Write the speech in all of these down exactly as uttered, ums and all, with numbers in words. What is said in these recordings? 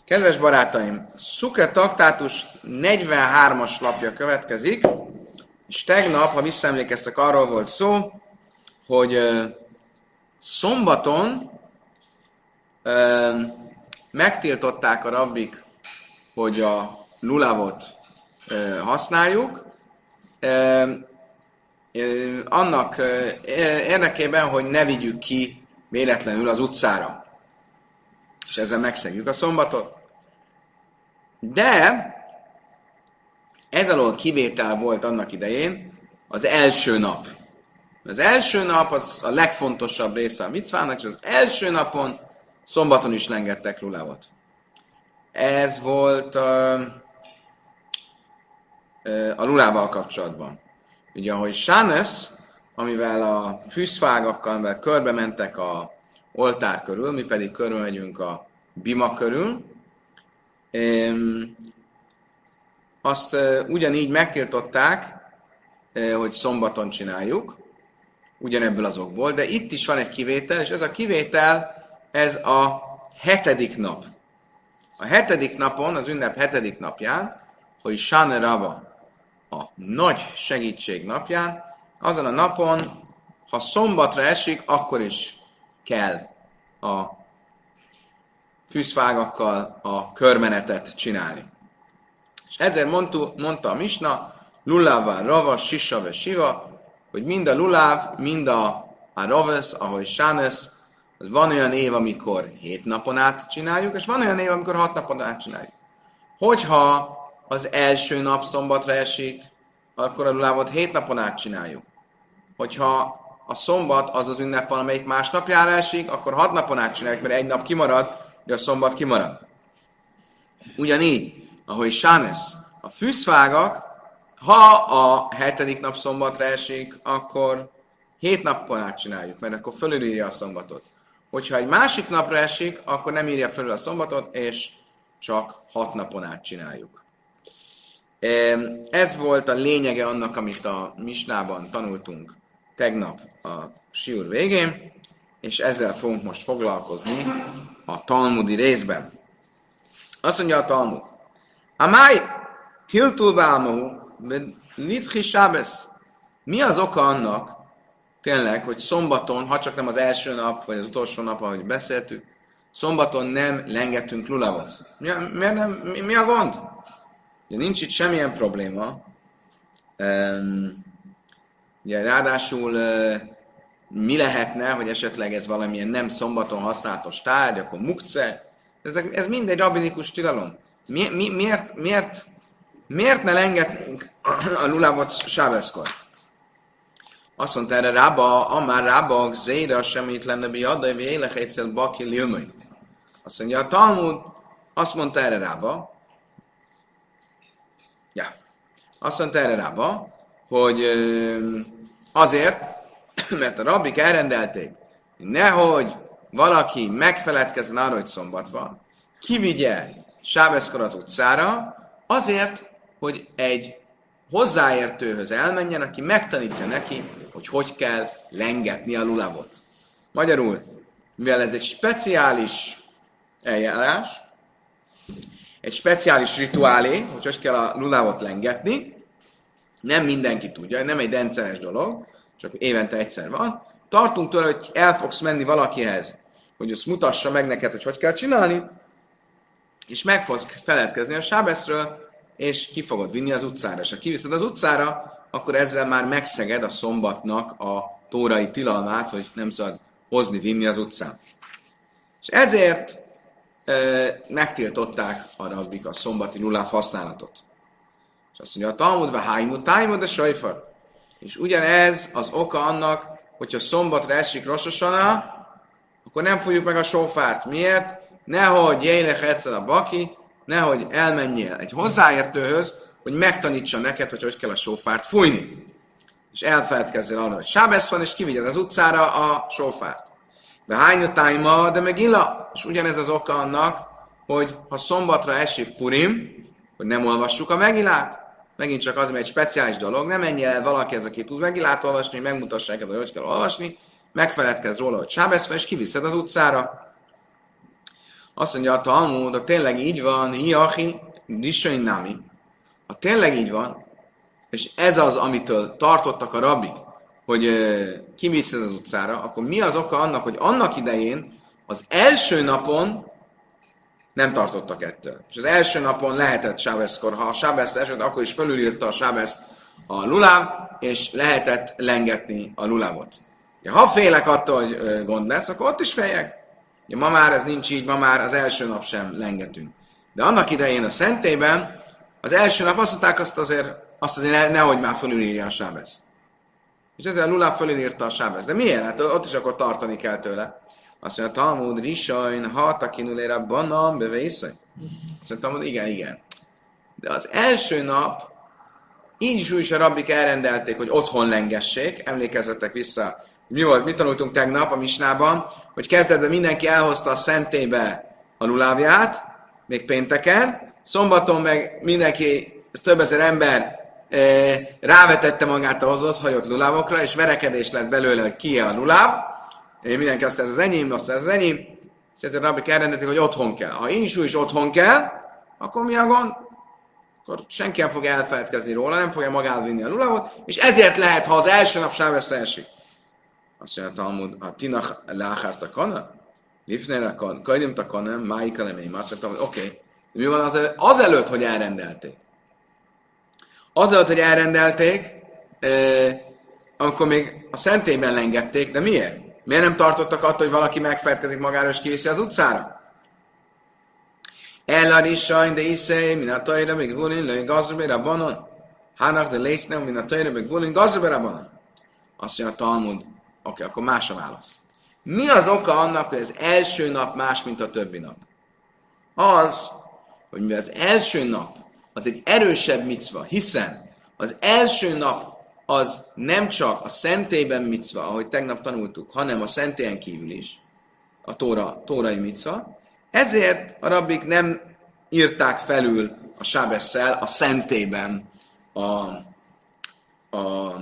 Kedves barátaim, Szuke Traktátus negyvenhármas lapja következik, és tegnap, ha visszaemlékeztek, arról volt szó, hogy uh, szombaton uh, megtiltották a rabbik, hogy a lulavot uh, használjuk, uh, uh, annak uh, érdekében, hogy ne vigyük ki véletlenül az utcára, és ezzel megszegjük a szombatot. De ez alól kivétel volt annak idején az első nap. Az első nap az a legfontosabb része a micvának, és az első napon szombaton is lengettek lulavot. Ez volt a, a lulával kapcsolatban. Ugye, ahogy Sánesz, amivel a fűzfágakkal, amivel körbe mentek a oltár körül, mi pedig körül megyünk a bima körül, azt ugyanígy megtiltották, hogy szombaton csináljuk, ugyanebből azokból, de itt is van egy kivétel, és ez a kivétel, ez a hetedik nap. A hetedik napon, az ünnep hetedik napján, hogy Sáne Rava, a nagy segítség napján, azon a napon, ha szombatra esik, akkor is kell a fűzfágakkal a körmenetet csinálni. És ezért mondta, mondta a Misna, lulává, rava, sisa, ve siva, hogy mind a luláv, mind a, a ravesz, ahogy sánesz, az van olyan év, amikor hét napon át csináljuk, és van olyan év, amikor hat napon át csináljuk. Hogyha az első nap szombatra esik, akkor a lulávot hét napon át csináljuk. Hogyha a szombat az az ünnep van, amelyik más napjára esik, akkor hat napon át csináljuk, mert egy nap kimarad, de a szombat kimarad. Ugyanígy, ahogy Sánesz, a fűzfágak, ha a hetedik nap szombatra esik, akkor hét napon át csináljuk, mert akkor fölülírja a szombatot. Hogyha egy másik napra esik, akkor nem írja fölül a szombatot, és csak hat napon át csináljuk. Ez volt a lényege annak, amit a Misnában tanultunk tegnap a siúr végén, és ezzel fogunk most foglalkozni a talmudi részben. Azt mondja a Talmud, Amály tiltul bálmahu, nitchi sábesz. Mi az oka annak, tényleg, hogy szombaton, ha csak nem az első nap, vagy az utolsó nap, ahogy beszéltük, szombaton nem lengetünk lulavot? Mi a, miért nem, mi, mi a gond? Ugye nincs itt semmilyen probléma. Um, ugye ráadásul uh, mi lehetne, hogy esetleg ez valamilyen nem szombaton használatos tárgy, akkor mukce. Ez, ez mindegy rabbinikus tilalom. Mi, mi, miért, miért, miért ne lengetnénk a lulavot sábeszkor? Azt mondta erre Rába, amár Rába, zéra semmit lenne biadai, vagy élek egyszer baki lilmaid. Azt mondja a Talmud, azt mondta erre Rába, ja, azt mondta erre Rába, hogy azért, mert a rabbik elrendelték, hogy nehogy valaki megfeledkezzen arra, hogy szombat van, kivigye sábeszkor az utcára, azért, hogy egy hozzáértőhöz elmenjen, aki megtanítja neki, hogy hogy kell lengetni a lulavot. Magyarul, mivel ez egy speciális eljárás, egy speciális rituálé, hogy hogy kell a lulavot lengetni, nem mindenki tudja, nem egy rendszeres dolog, csak évente egyszer van, tartunk tőle, hogy el fogsz menni valakihez, hogy azt mutassa meg neked, hogy hogy kell csinálni, és meg fogsz feledkezni a sábeszről, és ki fogod vinni az utcára. És ha kiviszed az utcára, akkor ezzel már megszeged a szombatnak a tórai tilalmát, hogy nem szabad hozni, vinni az utcán. És ezért e, megtiltották a rabbik a szombati luláv használatot. És azt mondja, a Talmudva hájnu tájmu de sajfar. És ugyanez az oka annak, hogyha szombatra esik Rosh Hashanah, akkor nem fújjuk meg a sófárt. Miért? Nehogy jélek egyszer a baki, nehogy elmenjél egy hozzáértőhöz, hogy megtanítsa neked, hogy hogy kell a sófárt fújni. És elfeledkezzél arra, hogy sábesz van, és kivigyed az utcára a sófárt. De hányi tájma, de meg illa. És ugyanez az oka annak, hogy ha szombatra esik Purim, hogy nem olvassuk a Megillát, megint csak az, mert egy speciális dolog, nem menj el valakihez, aki tud Megillát olvasni, hogy megmutassa neked, hogy hogy kell olvasni, megfeledkezz róla, hogy sábesz van, és kiviszed az utcára. Azt mondja a Talmud, ha tényleg így van, hiachi, rishain nami. Ha tényleg így van, és ez az, amitől tartottak a rabbik, hogy uh, kiviszed az utcára, akkor mi az oka annak, hogy annak idején az első napon nem tartottak ettől. És az első napon lehetett sábeszkor, ha a sábeszt esett, akkor is fölülírta a sábeszt a luláv, és lehetett lengetni a lulávot. Ja, ha félek attól, hogy gond lesz, akkor ott is féljek. Ja, ma már ez nincs így, ma már az első nap sem lengetünk. De annak idején a szentélyben az első nap azt mondták, azt azért, azt azért ne, nehogy már fölülírja a sábeszt. És ezzel a luláv fölülírta a sábeszt. De miért? Hát ott is akkor tartani kell tőle. Azt mondja, Talmud, risajn, ha takinulére banam, bevészaj. Azt mondja, Talmud, igen, igen. De az első nap így is úgy is a rabbik elrendelték, hogy otthon lengessék. Emlékezzetek vissza, mi volt, mit tanultunk tegnap a misnában, hogy kezdetben mindenki elhozta a szentélybe a lulávját, még pénteken, szombaton meg mindenki, több ezer ember e, rávetette magát ahhoz ott hagyott lulávokra, és verekedés lett belőle, hogy ki a luláv. É, mindenki azt ez az enyém, azt ez az enyém, és ezért a rabbik elrendelték, hogy otthon kell. Ha én is úgy is otthon kell, akkor mi a gond? Akkor senki nem fog elfeledkezni róla, nem fogja magát vinni a lulávot, és ezért lehet, ha az első nap sáveszre esik. Azt mondja a Talmud, a tinach leáhárta kana, lifnére kan, kajdimta kana, máika lemény. Azt mondta, hogy oké, okay. Mi van az, azelőtt, hogy elrendelték? Azelőtt, hogy elrendelték, eh, akkor még a szentélyben lengették, de miért? Miért nem tartottak attól, hogy valaki megfelelkezik magára és kiviszi az utcára? Ella risajn de iszei, min a tajra, még vulin, lőj gazrbére banon. Hánach de lésznem, min a tajra, még vulin, gazrbére banon. Azt mondja a Talmud, oké, okay, akkor más a válasz. Mi az oka annak, hogy az első nap más, mint a többi nap? Az, hogy mivel az első nap az egy erősebb micva, hiszen az első nap az nem csak a szentélyben micva, ahogy tegnap tanultuk, hanem a szentélyen kívül is, a tóra, tórai micva, ezért a rabbik nem írták felül a sábesszel a szentélyben a, a, a,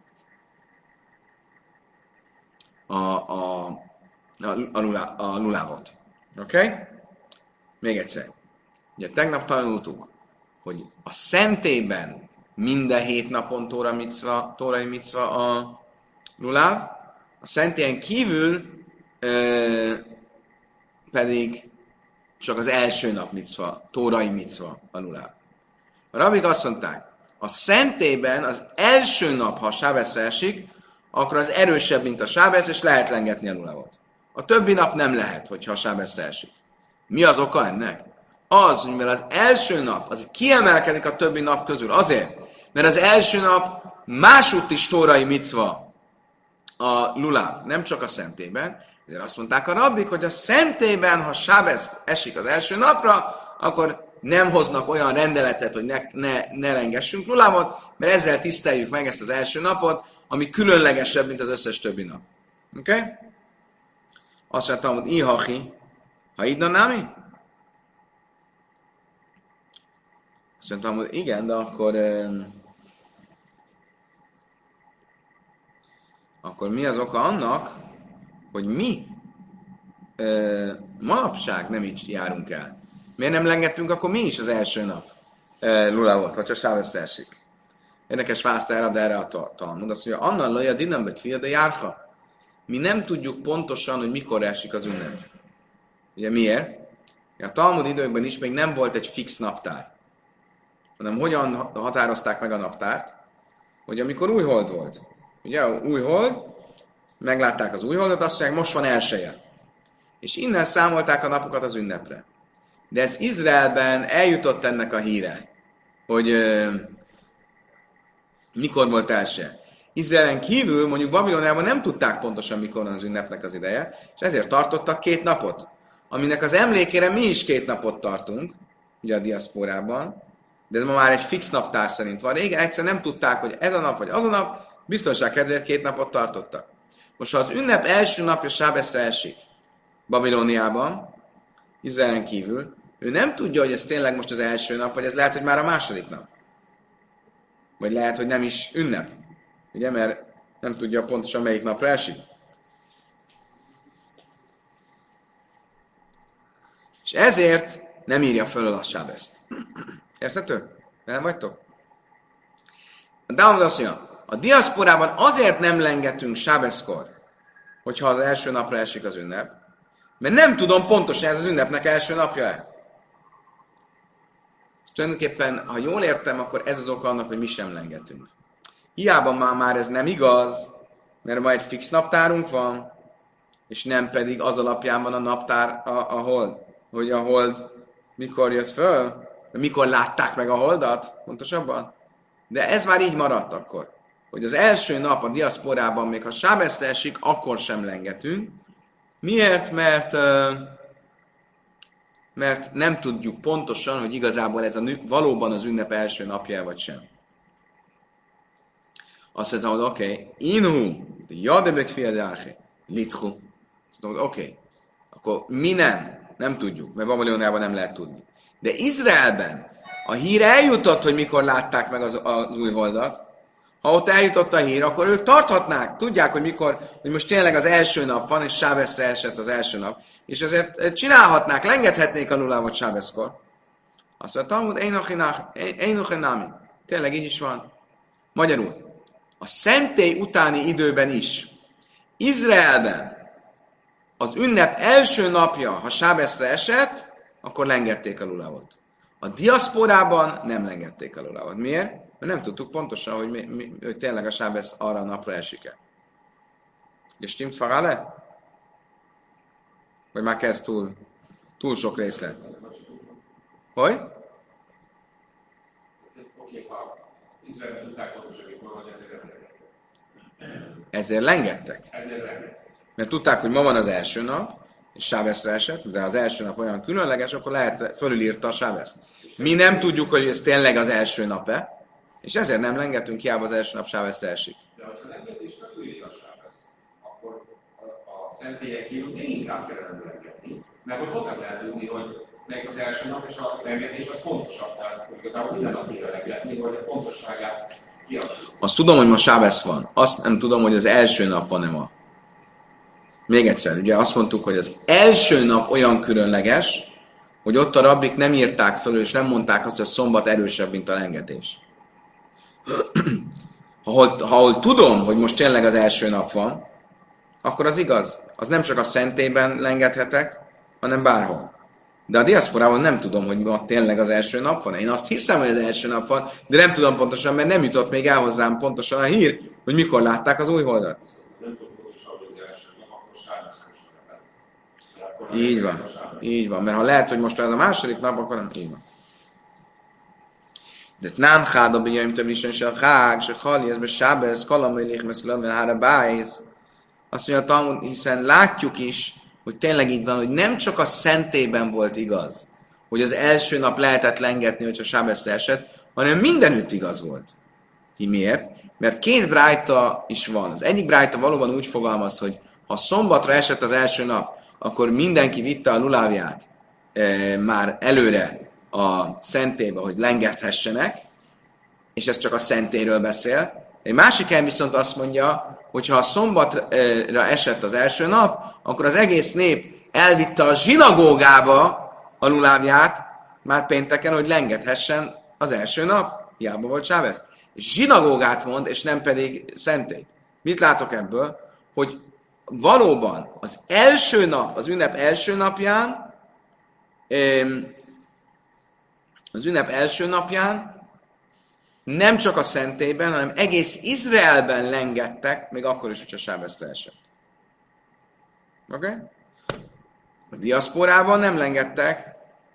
a, a, a, lulá, a lulávot. Oké? Okay? Még egyszer. Ugye tegnap tanultuk, hogy a szentélyben minden hét napon tóra micva, tórai micva a luláv, a szentélyen kívül ö, pedig csak az első nap micva, tórai micva a luláv. A rabbik azt mondták, a szentélyben az első nap, ha a sábeszre esik, akkor az erősebb, mint a sábesz, és lehet lengetni a lulávot. A többi nap nem lehet, hogyha a sábeszre esik. Mi az oka ennek? Az, hogy mivel az első nap az kiemelkedik a többi nap közül, azért, mert az első nap másutt is tórai micva a luláv, nem csak a szentélyben. Ezért azt mondták a rabbik, hogy a szentélyben, ha sábesz esik az első napra, akkor nem hoznak olyan rendeletet, hogy ne, ne, ne lengessünk lulávot, mert ezzel tiszteljük meg ezt az első napot, ami különlegesebb, mint az összes többi nap. Oké? Okay? Azt mondtam, hogy ihachi, ha így námi? Azt mondtam, hogy igen, de akkor... akkor mi az oka annak, hogy mi ö, manapság nem így járunk el? Miért nem lengettünk akkor mi is az első nap ö, lulávot, vagy ha sábeszre esik? Érdekes választ erre, de erre a Talmud. Azt mondja, annan laja dinambe kfia, de járha. Mi nem tudjuk pontosan, hogy mikor esik az ünnep. Ugye miért? A Talmud időkben is még nem volt egy fix naptár. Hanem hogyan határozták meg a naptárt? Hogy amikor új hold volt. Ugye új hold, meglátták az új holdot, azt mondják, most van elsője. És innen számolták a napokat az ünnepre. De ez Izraelben eljutott ennek a híre, hogy euh, mikor volt első. Izraelen kívül, mondjuk Babiloniában nem tudták pontosan, mikor van az ünnepnek az ideje, és ezért tartottak két napot, aminek az emlékére mi is két napot tartunk, ugye a diaszporában, de ez ma már egy fix naptár szerint van. Régen egyszer nem tudták, hogy ez a nap vagy az a nap, biztonság kedvéért két napot tartottak. Most ha az ünnep első napja sábeszre esik Babilóniában, Izraelen kívül, ő nem tudja, hogy ez tényleg most az első nap, vagy ez lehet, hogy már a második nap. Vagy lehet, hogy nem is ünnep. Ugye, mert nem tudja pontosan melyik napra esik. És ezért nem írja föl a sábeszt. Érthető? Nem vagytok? A Talmud azt mondja, a diaszporában azért nem lengetünk sábeszkor, hogyha az első napra esik az ünnep, mert nem tudom pontosan, ez az ünnepnek első napja-e. Tulajdonképpen, ha jól értem, akkor ez az oka annak, hogy mi sem lengetünk. Hiába már, már ez nem igaz, mert ma egy fix naptárunk van, és nem pedig az alapján van a naptár a, a hold. Hogy a hold mikor jött föl, mikor látták meg a holdat, pontosabban. De ez már így maradt akkor, hogy az első nap a diaszporában, még ha sábeszre esik, akkor sem lengetünk. Miért? Mert, mert nem tudjuk pontosan, hogy igazából ez a, valóban az ünnep első napja, vagy sem. Azt mondtam, hogy oké, okay, inhu, de jadebek fiadárhe, lithu. Azt mondtam, hogy oké, okay, akkor mi nem, nem tudjuk, mert Babiloniában nem lehet tudni. De Izraelben a hír eljutott, hogy mikor látták meg az, az új holdat. Ha ott eljutott a hír, akkor ők tarthatnák, tudják, hogy mikor, hogy most tényleg az első nap van, és sábeszre esett az első nap. És ezért csinálhatnák, lengethetnék a lulávot sábeszkor. Azt mondta, Talmud, Einochenami. Tényleg így is van. Magyarul, a szentély utáni időben is, Izraelben az ünnep első napja, ha sábeszre esett, akkor lengették a lulávot. A diaszporában nem lengették a lulávot. Miért? Mert nem tudtuk pontosan, hogy, mi, mi, hogy tényleg a sábesz arra a napra esik-e. És stimmt farale? Vagy már kezd túl, túl sok részlet? Hogy? Ezért lengettek. Mert tudták, hogy ma van az első nap, és sábeszre esett, de az első nap olyan különleges, akkor lehet fölülírta a sábeszt. Mi nem tudjuk, hogy ez tényleg az első nap-e, és ezért nem lengetünk, hiába az első nap sábeszre esik. De ha a lengetés fölülírta a sábeszt, akkor a, a szentélyek kívül még inkább kellene lengetni, mert hogy hozzá lehet tudni, hogy meg az első nap és a lengetés az fontosabb, tehát igazából minden nap kéne lengetni, hogy a fontosságát kiadjuk. Azt tudom, hogy ma sábesz van, azt nem tudom, hogy az első nap van-e ma. Még egyszer, ugye azt mondtuk, hogy az első nap olyan különleges, hogy ott a rabbik nem írták föl, és nem mondták azt, hogy a szombat erősebb, mint a lengetés. ha, ha ahol tudom, hogy most tényleg az első nap van, akkor az igaz. Az nem csak a szentélyben lengethetek, hanem bárhol. De a diaszporában nem tudom, hogy ma tényleg az első nap van. Én azt hiszem, hogy az első nap van, de nem tudom pontosan, mert nem jutott még el hozzám pontosan a hír, hogy mikor látták az új holdat. Így van, így van, mert ha lehet, hogy most ez a második nap, akkor nem így van. De nem háda bejöjjön több is, és a hág, és a hali, ez be sábez, kalamöjlék, meszülöm, hára bájsz. Azt mondja a Talmud, hiszen látjuk is, hogy tényleg így van, hogy nem csak a szentében volt igaz, hogy az első nap lehetett lengetni, hogyha sábezre esett, hanem mindenütt igaz volt. Hi miért? Mert két brájta is van. Az egyik brájta valóban úgy fogalmaz, hogy ha szombatra esett az első nap, akkor mindenki vitte a lulávját e, már előre a szentélybe, hogy lengethessenek, és ez csak a szentélyről beszél. Egy másik helyen viszont azt mondja, hogy ha a szombatra esett az első nap, akkor az egész nép elvitte a zsinagógába a lulávját, már pénteken, hogy lengethessen az első nap. Hiába volt sábesz. És zsinagógát mond, és nem pedig szentélyt. Mit látok ebből? Hogy valóban az első nap, az ünnep első napján, az ünnep első napján nem csak a szentélyben, hanem egész Izraelben lengettek, még akkor is, hogyha sábeszre esett. Oké? Okay? A diaszporában nem lengettek.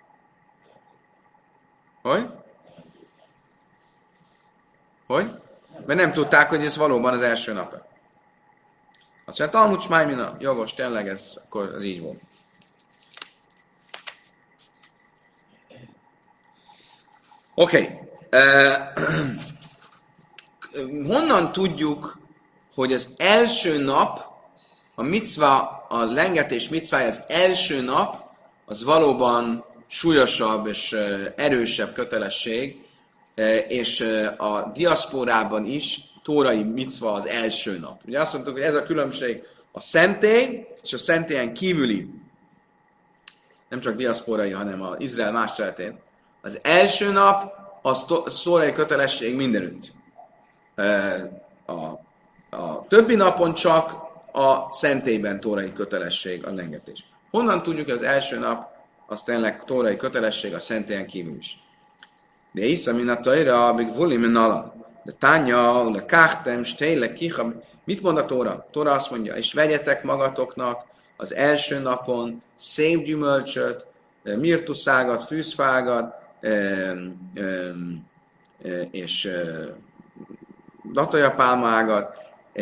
Hogy? Hogy? Mert nem tudták, hogy ez valóban az első nap. Azt mondja, Talmud Smájmina, jogos, tényleg ez, akkor az így volt. Oké. Okay. Uh, honnan tudjuk, hogy az első nap, a micva, a lengetés micvája az első nap, az valóban súlyosabb és erősebb kötelesség, és a diaszporában is tórai micva az első nap. Ugye azt mondtuk, hogy ez a különbség a szentély és a szentélyen kívüli nem csak diaszporai, hanem az Izrael más területén, az első nap az tórai kötelesség mindenütt. A, a többi napon csak a szentélyben tórai kötelesség a lengetés. Honnan tudjuk, hogy az első nap az tényleg tórai kötelesség a szentélyen kívül is? De hiszem, mint a tajra, amíg vuli minala. De tánya, de káhtem, stélek, kiha. Mit mond a Tóra? Tóra azt mondja, és vegyetek magatoknak az első napon szép gyümölcsöt, mirtuszágat, fűzfágat, és datajapálmágat.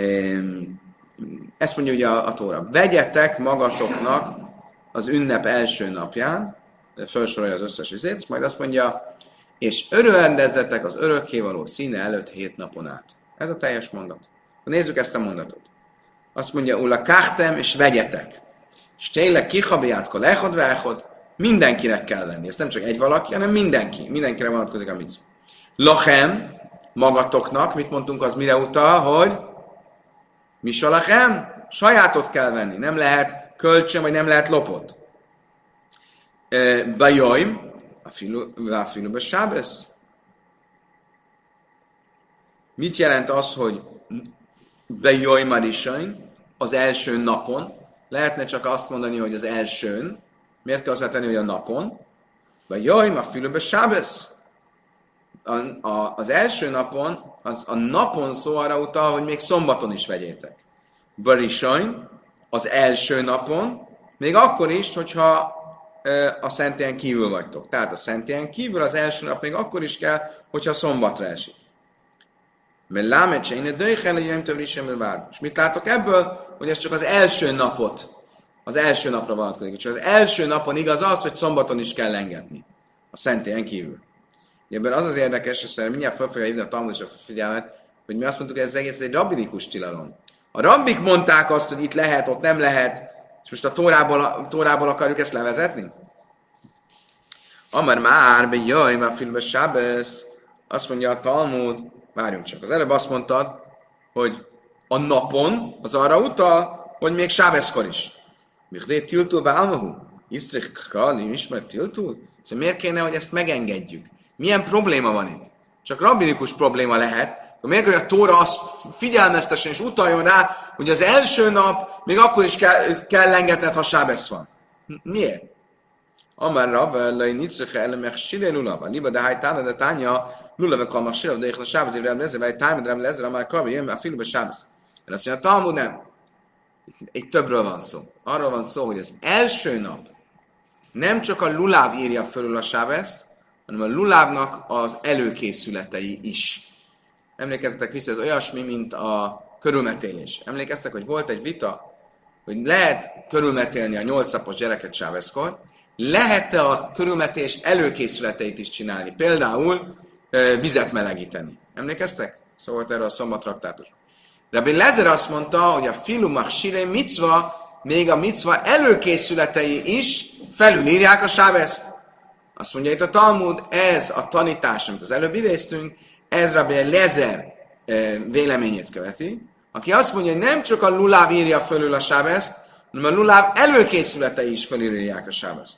Ezt mondja ugye a, a Tóra. Vegyetek magatoknak az ünnep első napján, felsorolja az összes üzét, és majd azt mondja, és örvendezzetek az örökkévaló színe előtt hét napon át. Ez a teljes mondat. Nézzük ezt a mondatot. Azt mondja, ulla káhtem, és vegyetek. És tényleg kihabiátkol, echod, echod, mindenkinek kell venni. Ez nem csak egy valaki, hanem mindenki. Mindenkire vonatkozik a micva. Lachem, magatoknak, mit mondtunk, az mire utal, hogy mi salachem? Sajátot kell venni. Nem lehet kölcsön, vagy nem lehet lopot. Bajoim, a filuba sábesz. Mit jelent az, hogy bajoim arisain, az első napon? Lehetne csak azt mondani, hogy az elsőn. Miért kell azt tenni, hogy a napon? Bajoim, a filuba sábesz. A, a, az első napon, az a napon szó arra utal, hogy még szombaton is vegyétek. Barisain, az első napon, még akkor is, hogyha e, a szentélyen kívül vagytok. Tehát a szentélyen kívül az első nap még akkor is kell, hogyha szombatra esik. Mert lámecseine döjjel, hogy jöjjön több risemmel várd. És mit látok ebből? Hogy ez csak az első napot, az első napra vonatkozik. Csak az első napon igaz az, hogy szombaton is kell lengetni. A szentélyen kívül. Ebben az az érdekes, és szerintem mindjárt fel fogja hívni a Talmud és a figyelmet, hogy mi azt mondtuk, hogy ez egész egy rabbinikus tilalom. A rabbik mondták azt, hogy itt lehet, ott nem lehet, és most a Tórából, a Tórából akarjuk ezt levezetni? Amar már, be jaj, már filmbe sábesz, azt mondja a Talmud, várjunk csak, az előbb azt mondtad, hogy a napon az arra utal, hogy még sábeszkor is. Mihdé tiltul beálmahu? Isztrich krali, ismert tiltul? Szóval miért kéne, hogy ezt megengedjük? Milyen probléma van itt? Csak rabbinikus probléma lehet, de miért, hogy a Tóra azt figyelmeztessen és utaljon rá, hogy az első nap még akkor is kell, kell lengetned, ha sábesz van. Miért? Amár Rav, nitzöke elemech sire lulav, a liba de hájtána, de tánya lulav, kalmak sire, de a sábesz évre lezre, vagy tájmedre lezre, már karbi jön, a filmbe sábesz. Mert azt mondja, a Talmud nem. Itt többről van szó. Arról van szó, hogy az első nap nem csak a luláv írja fölül a sábeszt, hanem a lulávnak az előkészületei is. Emlékezzetek vissza, ez olyasmi, mint a körülmetélés. Emlékeztek, hogy volt egy vita, hogy lehet körülmetélni a nyolcnapos gyereket sábeszkor, lehet-e a körülmetélés előkészületeit is csinálni? Például e, vizet melegíteni. Emlékeztek? Szóval erről a szombattraktátus. Rabbi Lezer azt mondta, hogy a filumach sirei micva, még a micva előkészületei is felülírják a sábeszt. Azt mondja itt a Talmud, ez a tanítás, amit az előbb idéztünk, ez Rabbi Lezer véleményét követi, aki azt mondja, hogy nem csak a luláv írja fölül a sábeszt, hanem a luláv előkészületei is fölírják a sábeszt.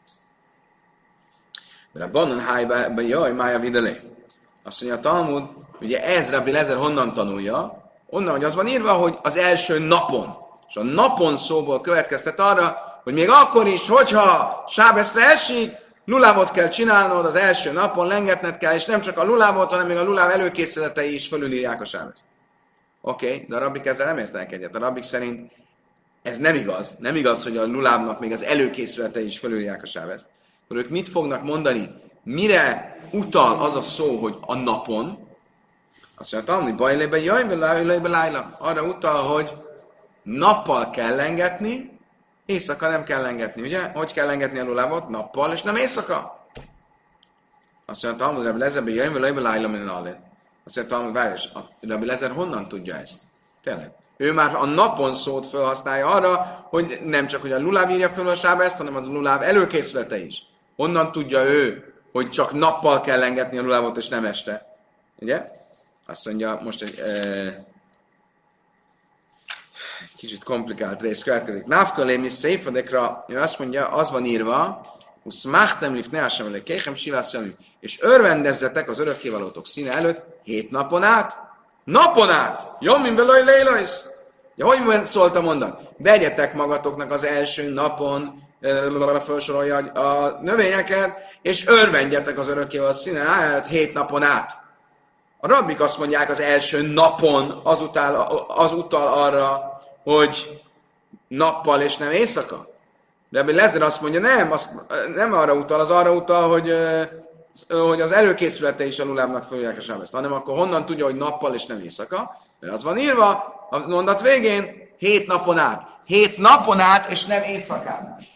De a banon hájba, jaj, mája videlé. Azt mondja a Talmud, ugye ez Rabbi Lezer honnan tanulja? Onnan, hogy az van írva, hogy az első napon. És a napon szóból következtet arra, hogy még akkor is, hogyha sábeszre esik, lulávot kell csinálnod az első napon, lengetned kell, és nem csak a lulávot, hanem még a luláv előkészületei is fölülírják a sábeszt. Oké, okay, de a rabbik ezzel nem értenek egyet. A rabbik szerint ez nem igaz. Nem igaz, hogy a lulávnak még az előkészületei is fölülírják a sábeszt. Akkor ők mit fognak mondani? Mire utal az a szó, hogy a napon? Azt mondja, hogy bajlébe jaj, bejlébe lájla. Arra utal, hogy nappal kell lengetni, éjszaka nem kell lengetni, ugye? Hogy kell lengetni a lulávot? Nappal, és nem éjszaka. Azt mondja, Talmud, Rabbi Lezer, jöjjön vele, jöjjön lájla, minden alén. Azt mondja, Talmud, várj, és Rabbi Lezer honnan tudja ezt? Tényleg. Ő már a napon szót felhasználja arra, hogy nem csak, hogy a luláv írja föl a sábeszt, hanem az a luláv előkészülete is. Honnan tudja ő, hogy csak nappal kell lengetni a lulávot, és nem este? Ugye? Azt mondja, most egy... E... kicsit komplikált rész következik. Návkölém is széfadekra, ő azt mondja, az van írva, Uszmachtem lifne Hashem elé kéchem sivászjamim, és örvendezzetek az örökkévalótok színe előtt hét napon át. Napon át! Jommin velaj lejlajsz! Ja, hogy szólt a mondat? Vegyetek magatoknak az első napon, felsorolja a növényeket, és örvendjetek az örökkévaló színe előtt hét napon át. A rabbik azt mondják az első napon, azután, az utal arra, hogy nappal és nem éjszaka. Rabbi Lezer azt mondja, nem, az, nem arra utal, az arra utal, hogy, hogy az előkészülete is a lulábnak följák a sábeszt, hanem akkor honnan tudja, hogy nappal és nem éjszaka? Mert az van írva a mondat végén, hét napon át. Hét napon át, és nem éjszakán át.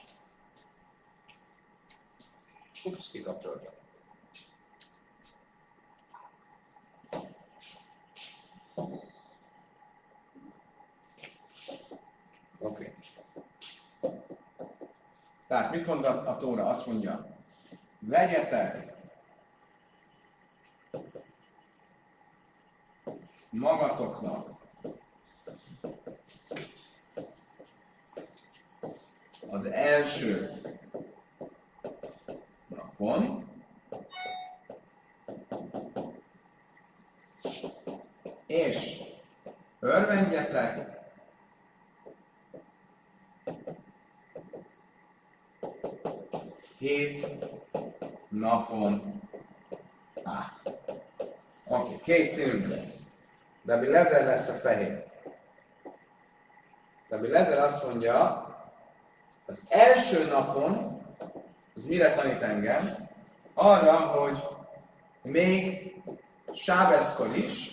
Ups, kikapcsoltam. Oké. Okay. Tehát mit mond a Tóra? Azt mondja, vegyetek magatoknak az első napon és örvendjetek hét napon át. Oké, okay, két színünk lesz. Rabbi Lezer lesz a fehér. Rabbi Lezer azt mondja, az első napon, az mire tanít engem? Arra, hogy még sábeszkor is,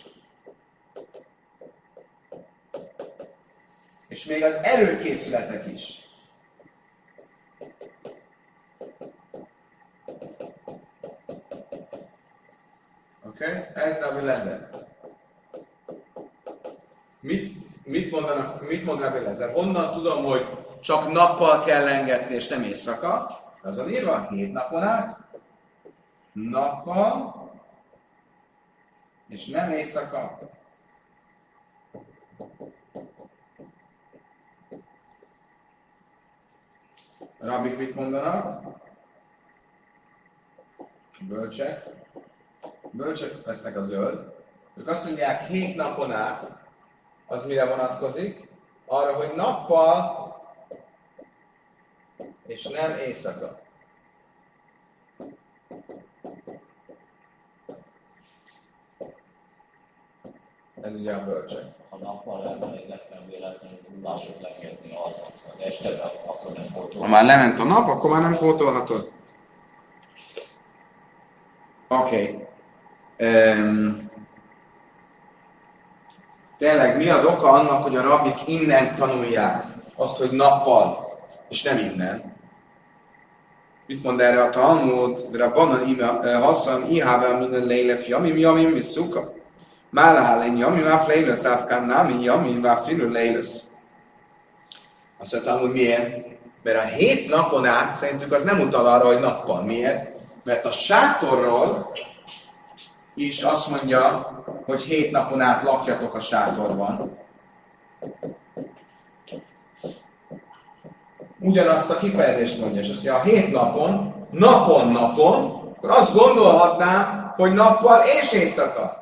és még az előkészületek is. Oké? Okay? Ez Rabbi Lezer. Mit, mit, mondanak, mit mond Rabbi Lezer? Honnan tudom, hogy csak nappal kell engedni, és nem éjszaka? Azon írva, hét napon át. Nappal, és nem éjszaka. Rabbik mit mondanak? Bölcsek. Bölcsek lesznek a zöld. Ők azt mondják, hét napon át, az mire vonatkozik? Arra, hogy nappal, és nem éjszaka. Ez ugye a bölcsek. Ha nappal elmennek, nem véletlenül mások lekérni azon. De este azt nem pótolhatod. Ha már lement a nap, akkor már nem pótolhatod. Oké. Okay. Um, tényleg mi az oka annak, hogy a rabbik innen tanulják azt, hogy nappal, és nem innen? Mit mond erre a Talmud? Rabbanan Hassan ihával minden lejlef jamim jamim visszuka. Málahálén jamim áf lejlesz áfkán námin jamim áf filő lejlesz. Azt mondta, Talmud miért? Mert a hét napon át szerintük az nem utal arra, hogy nappal. Miért? Mert a sátorról is azt mondja, hogy hét napon át lakjatok a sátorban. Ugyanazt a kifejezést mondja, és azt mondja, a hét napon, napon, napon, akkor azt gondolhatnám, hogy nappal és éjszaka.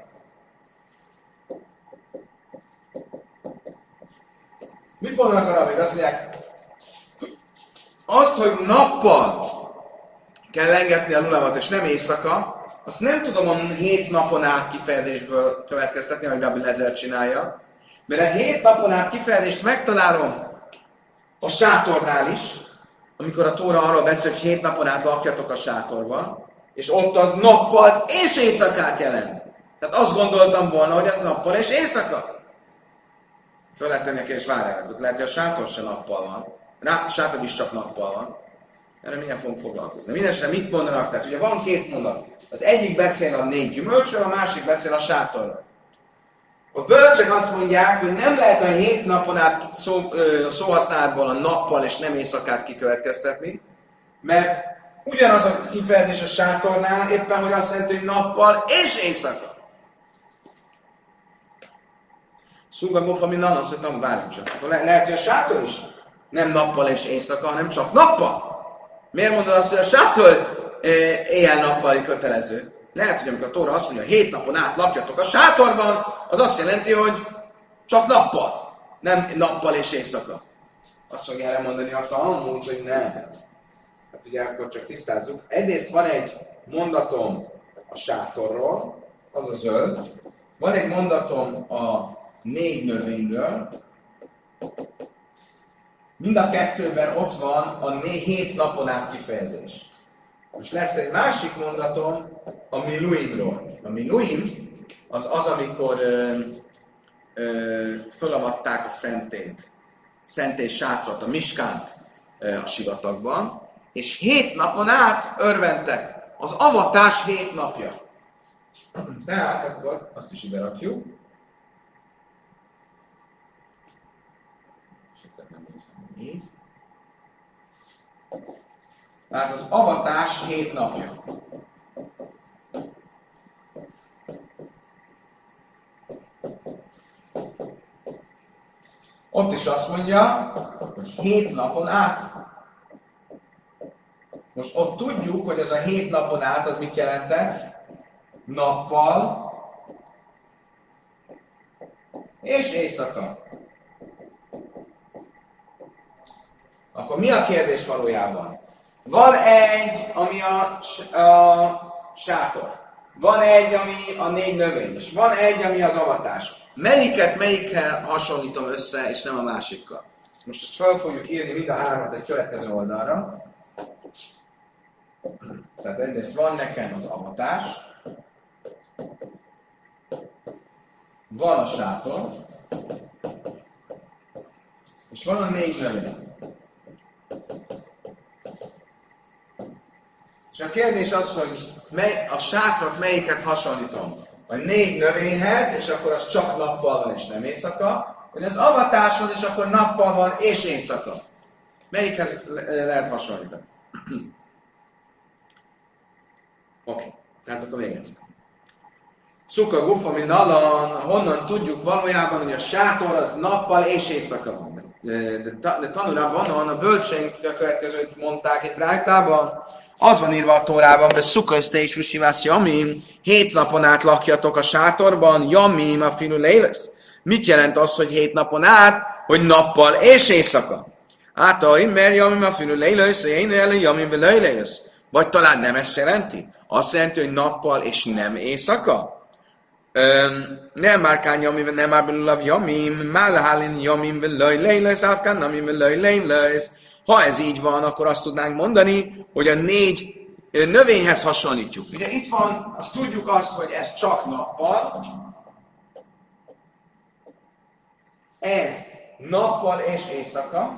Mit mondanak a rabbik? Azt mondják, azt, hogy nappal kell engedni a lulábat, és nem éjszaka, azt nem tudom a hét napon át kifejezésből következtetni, ahogy Rabbi Lezer csinálja, mert a hét napon át kifejezést megtalálom a sátornál is, amikor a Tóra arról beszél, hogy hét napon át lakjatok a sátorban, és ott az nappal és éjszakát jelent. Tehát azt gondoltam volna, hogy az nappal és éjszaka. Föl lehet tenni a kérdés, várjál, ott lehet, hogy a sátor se nappal van. A sátor is csak nappal van. Erre milyen fogunk foglalkozni. Mindenesetre mit mondanak? Tehát ugye van két mondat. Az egyik beszél a négy gyümölcsről, a másik beszél a sátorról. A bölcsek azt mondják, hogy nem lehet a hét napon át szó, szóhasználatból a nappal és nem éjszakát kikövetkeztetni, mert ugyanaz a kifejezés a sátornál éppen, hogy azt jelenti, hogy nappal és éjszaka. Szúga mofa, mint az, hogy nem várjunk csak. Akkor le- lehet, hogy a sátor is nem nappal és éjszaka, hanem csak nappal. Miért mondod azt, hogy a sátor éjjel-nappal kötelező? Lehet, hogy amikor a Tóra azt mondja, hogy hét napon át lakjatok a sátorban, az azt jelenti, hogy csak nappal, nem nappal és éjszaka. Azt fogja erre mondani a Talmud, hogy nem. Hát ugye akkor csak tisztázzuk. Egyrészt van egy mondatom a sátorról, az a zöld. Van egy mondatom a négy növényről. Mind a kettőben ott van a né- hét napon át kifejezés. Most lesz egy másik mondatom a Miluimról. A Miluim az az, amikor ö, ö, fölavatták a szentét, szentély sátrat, a miskánt ö, a sivatagban, és hét napon át örventek. Az avatás hét napja. Tehát akkor azt is ide rakjuk. Így. Tehát az avatás hét napja. Ott is azt mondja, hogy hét napon át. Most ott tudjuk, hogy az a hét napon át, az mit jelentett? Nappal és éjszaka. Akkor mi a kérdés valójában? Van egy, ami a, a sátor. Van egy, ami a négy növény. És van egy, ami az avatás. Melyiket melyikkel hasonlítom össze, és nem a másikkal? Most ezt fel fogjuk írni mind a hármat egy következő oldalra. Tehát egyrészt van nekem az avatás. Van a sátor. És van a négy növény. És a kérdés az, hogy mely, a sátrat melyiket hasonlítom? A négy növényhez, és akkor az csak nappal van és nem éjszaka, vagy az avatáshoz, és akkor nappal van és éjszaka. Melyikhez le- lehet hasonlítani? Oké, okay. Tehát akkor még egyszer. Szuka gufa min nalan, honnan tudjuk valójában, hogy a sátor az nappal és éjszaka van. De, de, de tanulában van, a bölcseink a következőt mondták egy brájtában, az van írva a Tórában, hogy szuka és usivász jamim, hét napon át lakjatok a sátorban, jamim a filu lejlesz. Mit jelent az, hogy hét napon át, hogy nappal és éjszaka? Átaim, mert jamim a filu lejlesz, én ellen jamim a lejlesz. Vagy talán nem ezt jelenti? Azt jelenti, hogy nappal és nem éjszaka? Nem már kán jamim, nem már belulav jamim, már lehálin jamim velaj lejlesz, átkán namim velaj lejlesz. Ha ez így van, akkor azt tudnánk mondani, hogy a négy növényhez hasonlítjuk. Ugye itt van, azt tudjuk azt, hogy ez csak nappal. Ez nappal és éjszaka.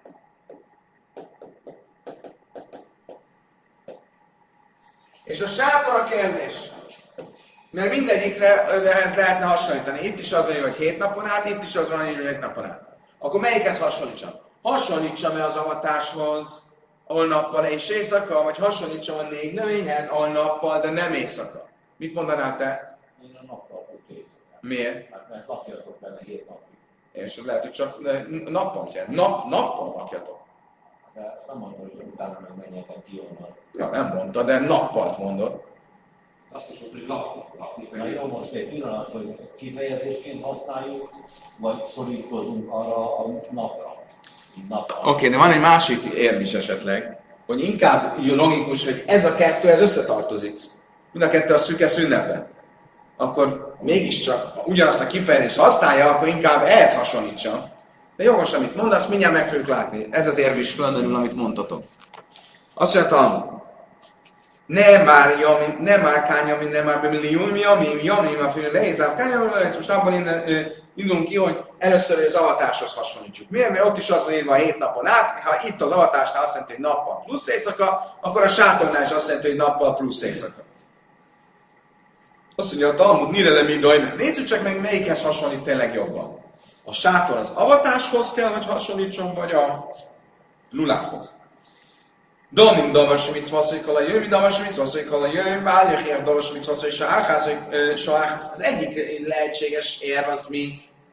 És a sátor a kérdés. Mert mindegyikre ehhez lehetne hasonlítani. Itt is az van, hogy hét napon át, itt is az van, hogy hét napon át. Akkor melyikhez hasonlítsam? Hasonlítsam-e az avatáshoz, ahol nappal és éjszaka, vagy hasonlítsam a négy növényhez, ahol nappal, de nem éjszaka? Mit mondanál te? Én a nappal plusz éjszaka. Miért? Hát mert lakjatok benne hét napig. És lehet, hogy csak nappal kell. Nap, nappal lakjatok. De ezt nem mondod, hogy utána meg menjetek ki onnan. Ja, nem mondta, de nappalt mondod. Azt is mondta, hogy lakni, lakni. Na jó, most egy pillanat, hogy kifejezésként használjuk, vagy szorítkozunk arra a napra. Oké, okay, de van egy másik érv is esetleg, hogy inkább logikus, hogy ez a kettő, ez összetartozik. Mind a kettő a szüke szünnepben. Akkor mégiscsak ugyanazt a kifejezést használja, akkor inkább ehhez hasonlítsam. De jogos, amit mondasz, mindjárt meg fogjuk látni. Ez az érv is fölmerül, amit mondtatok. Azt mondtam, nem már jamim, nem már kányamim, nem már bemillium, jamim, jamim, a félő lehézáv, kányamim, most abban innen indulunk ki, hogy először az avatáshoz hasonlítjuk. Miért? Mert ott is az van írva a hét napon át, ha itt az avatásnál azt jelenti, hogy nappal plusz éjszaka, akkor a sátornál is azt jelenti, hogy nappal plusz éjszaka. Azt mondja a Talmud, mire le mi dajmen. Nézzük csak meg, melyikhez hasonlít tényleg jobban. A sátor az avatáshoz kell, hogy hasonlítson, vagy a lulávhoz. Domim davas mitzvaszai kala jöjj, davas mitzvaszai kala jöjj, váljak davas mitzvaszai sárház, sárház. Az egyik lehetséges érv az mi,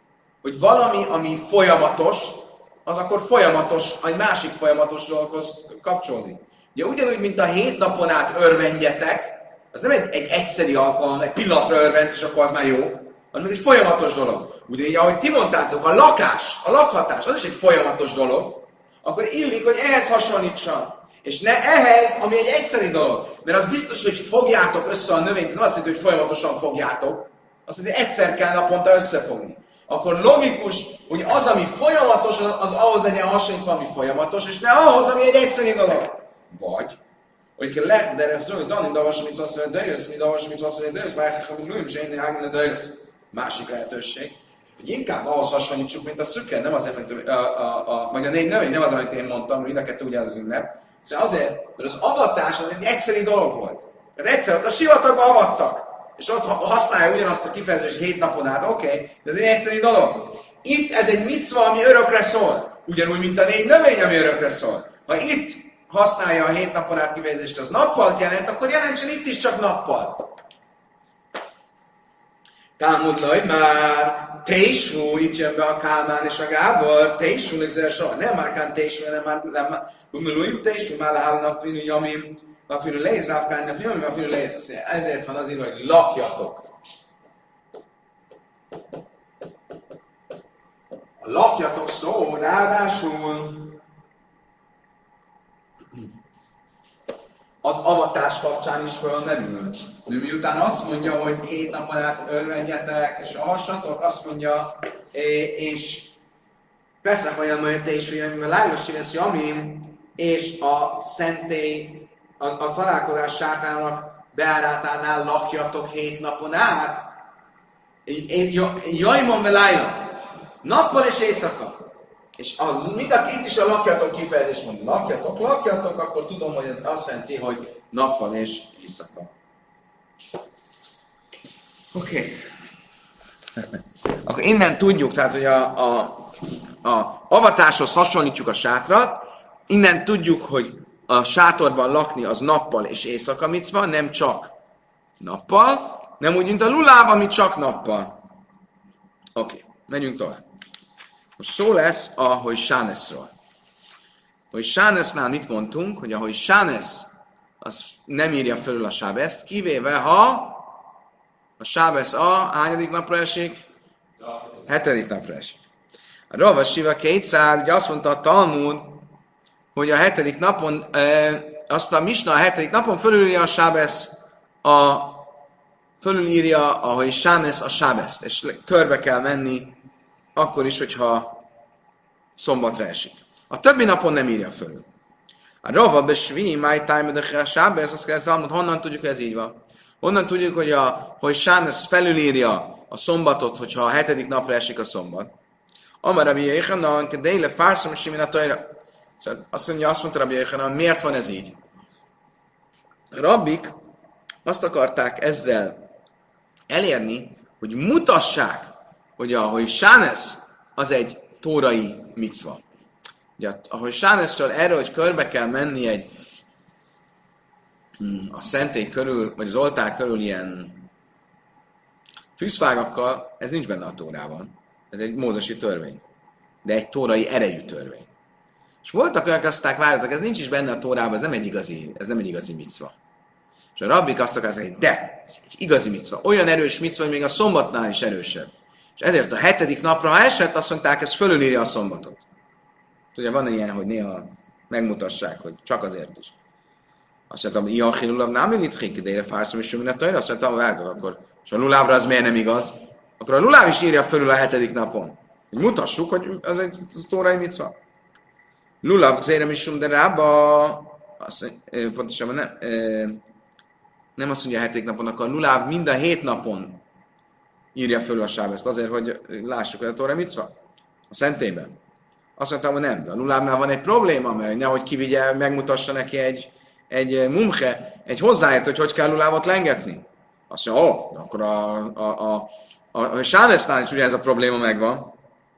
hogy valami, ami folyamatos, az akkor folyamatos, egy másik folyamatos dologhoz kapcsolódik. Ugye ugyanúgy, mint a hét napon át örvendjetek, az nem egy, egy egyszeri alkalom, egy pillanatra örvend, és akkor az már jó, hanem ez egy folyamatos dolog. Ugyanígy, ahogy ti mondtátok, a lakás, a lakhatás, az is egy folyamatos dolog, akkor illik, hogy ehhez hasonlítson. És ne ehhez, ami egy egyszeri dolog. Mert az biztos, hogy fogjátok össze a növényt, ez nem azt jelenti, hogy folyamatosan fogjátok, azt mondja, hogy egyszer kell naponta összefogni. Akkor logikus, hogy az, ami folyamatos, az, az ahhoz legyen hasonlítva, ami folyamatos, és ne ahhoz, ami egy egyszeri dolog. Vagy, hogy kell lehet, de ez olyan, hogy Danin davas, amit azt mondja, de jössz, mi davas, amit azt mondja, de jössz, várják, hogy lőm, se én hágni, de jössz. Másik lehetőség, hogy inkább ahhoz hasonlítsuk, mint a szükke, nem azért, mint a, a, a, vagy a négy növény, nem az, amit én mondtam, mind a kettő ugyanaz az ünnep. Szóval azért, mert az avatás az egy egyszeri dolog volt. Ez egyszer ott a sivatagba avattak, és ott használja ugyanazt a kifejezést hét napon át, oké, okay, de ez egy egyszeri dolog. Itt ez egy micva, ami örökre szól. Ugyanúgy, mint a négy növény, ami örökre szól. Ha itt használja a hét napon át kifejezést, az nappalt jelent, akkor jelentsen itt is csak nappalt. Talmud laj már, Tésú, itt jön be a Kálmán és a Gábor, Tésú, négzere soha, nem már kán Tésú, nem már, nem már, Bumilújim, Tésú, már leháll nafinu jamim, nafinu léz, afkán nafinu jamim, nafinu léz. Ezért van az írva, hogy lakjatok. A lakjatok szó, ráadásul az avatás kapcsán is fölmerül. De miután azt mondja, hogy hét napon át örvendjetek, és avassatok, azt mondja, és persze, hogy a möjte is, hogy a lájlos lesz jamim, és a szentély, a, a találkozás sátának beárátánál lakjatok hét napon át. Jajmon velájla, nappal és éjszaka. És a, mind a két is a lakjatok kifejezés mond, lakjatok, lakjatok, akkor tudom, hogy ez azt jelenti, hogy nappal és éjszaka. Oké. Okay. Akkor innen tudjuk, tehát, hogy a, a, a avatáshoz hasonlítjuk a sátrat, innen tudjuk, hogy a sátorban lakni az nappal és éjszaka micva, nem csak nappal, nem úgy, mint a luláv, ami csak nappal. Oké, okay. Menjünk tovább. Most szó lesz a hogy Sáneszről. Hogy Sánesznál mit mondtunk, hogy ahogy Sánesz az nem írja fölül a sábeszt, kivéve ha a sábesz a hányadik napra esik? Hetedik napra esik. A Rava Siva kétszáz, ugye azt mondta a Talmud, hogy a hetedik napon, e, azt a Misna a hetedik napon fölülírja a sábesz, a, fölülírja, ahogy Sánesz a sábeszt, és körbe kell menni, akkor is, hogyha szombatra esik. A többi napon nem írja fölül. A Rava besvi, my time de a sábesz, azt kell mondani, honnan tudjuk, hogy ez így van. Honnan tudjuk, hogy, a, hogy Sánesz felülírja a szombatot, hogyha a hetedik napra esik a szombat. Amar Rabbi Yechanan, kedéle fárszom és simin a tajra. Szóval azt mondja, azt mondta Rabbi Yechanan, miért van ez így? A rabbik azt akarták ezzel elérni, hogy mutassák, hogy ahogy Sánesz az egy tórai micva. Ugye, ahogy Sáneszről erről, hogy körbe kell menni egy a szentély körül, vagy az oltár körül ilyen fűszfágakkal, ez nincs benne a tórában. Ez egy mózesi törvény. De egy tórai erejű törvény. És voltak olyanok, azt mondták, várjatok, ez nincs is benne a tórában, ez nem egy igazi, ez nem egy igazi micva. És a rabbik azt akarták, hogy de, ez egy igazi micva. Olyan erős micva, hogy még a szombatnál is erősebb. És ezért a hetedik napra, ha esett, azt mondták, ez fölülírja a szombatot. Ugye van ilyen, hogy néha megmutassák, hogy csak azért is. Azt mondtam, ilyen hilulav nem illitrik, de ére fárszom is sümületajra, azt mondtam, várjátok, akkor, és a lulávra az miért nem igaz? Akkor a luláv is írja fölül a hetedik napon. Hogy mutassuk, hogy az egy tórai micva. Lulav zérem is de rába, azt, pontosabban nem, nem azt mondja a hetedik napon, akkor a luláv mind a hét napon írja fölül a sábeszt, azért, hogy lássuk, hogy a tórai micva a szentélyben. Azt mondtam, hogy nem, de a lulávnál van egy probléma, mert nehogy kivigye, megmutassa neki egy, egy mumche, egy hozzáért, hogy hogy kell lulávot lengetni. Azt mondja, ó, oh, akkor a, a, a, a, a Sánésznál is ugye ez a probléma megvan.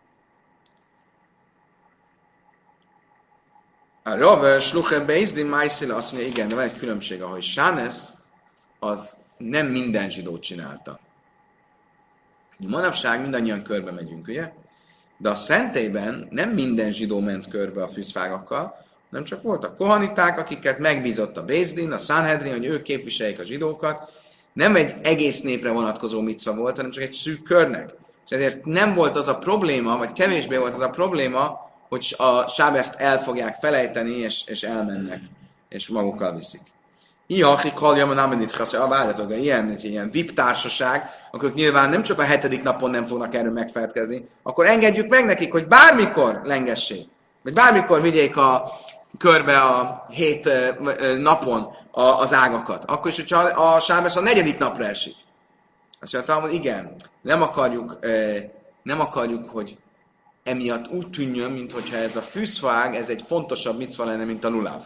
A Rava Sluche Beiszdin Májszila azt mondja, igen, de van egy különbség, ahogy Sánész, az nem minden zsidót csinálta. Manapság mindannyian körbe megyünk, ugye? De a szentélyben nem minden zsidó ment körbe a fűzfágakkal, hanem csak voltak kohaniták, akiket megbízott a Bézdin, a Sanhedrin, hogy ők képviseljék a zsidókat. Nem egy egész népre vonatkozó micva volt, hanem csak egy szűk körnek. És ezért nem volt az a probléma, vagy kevésbé volt az a probléma, hogy a sábeszt el fogják felejteni, és, és elmennek, és magukkal viszik. Ihachi kaljam nem nitchasz, a várjatok, de ilyen, ilyen vé i pé társaság, akkor nyilván nem csak a hetedik napon nem fognak erről megfelelkezni, akkor engedjük meg nekik, hogy bármikor lengessék, vagy bármikor vigyék a körbe a hét napon az ágakat. Akkor is, hogyha a sábesz a negyedik napra esik. Azt mondtam, hogy igen, nem akarjuk, nem akarjuk, hogy emiatt úgy tűnjön, mintha ez a fűszfág, ez egy fontosabb micva lenne, mint a luláv.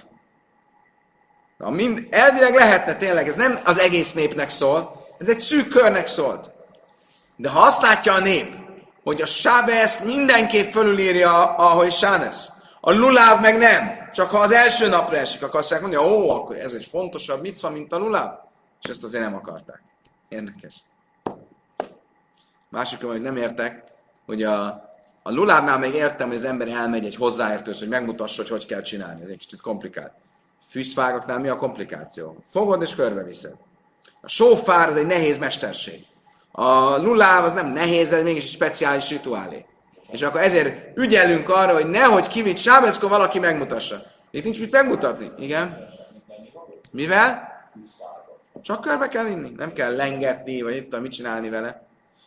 Mind, elvileg lehetne tényleg, ez nem az egész népnek szól, ez egy szűk körnek szólt. De ha azt látja a nép, hogy a sábeszt mindenképp fölülírja, ahogy sánesz, a luláv meg nem, csak ha az első napra esik, akkor azt mondja, ó, akkor ez egy fontosabb micva, mint a luláv. És ezt azért nem akarták. Érdekes. Másikról, hogy nem értek, hogy a, a lulávnál még értem, hogy az ember elmegy egy hozzáértőhöz, hogy megmutassa, hogy hogy kell csinálni. Ez egy kicsit komplikált. Fűszfágoknál mi a komplikáció? Fogod és körbeviszed. A sófár az egy nehéz mesterség. A luláv az nem nehéz, de mégis egy speciális rituálé. És akkor ezért ügyelünk arra, hogy nehogy kivitt sábeszkor valaki megmutassa. Itt nincs mit megmutatni. Igen? Mivel? Csak körbe kell inni. Nem kell lengetni, vagy itt mit csinálni vele.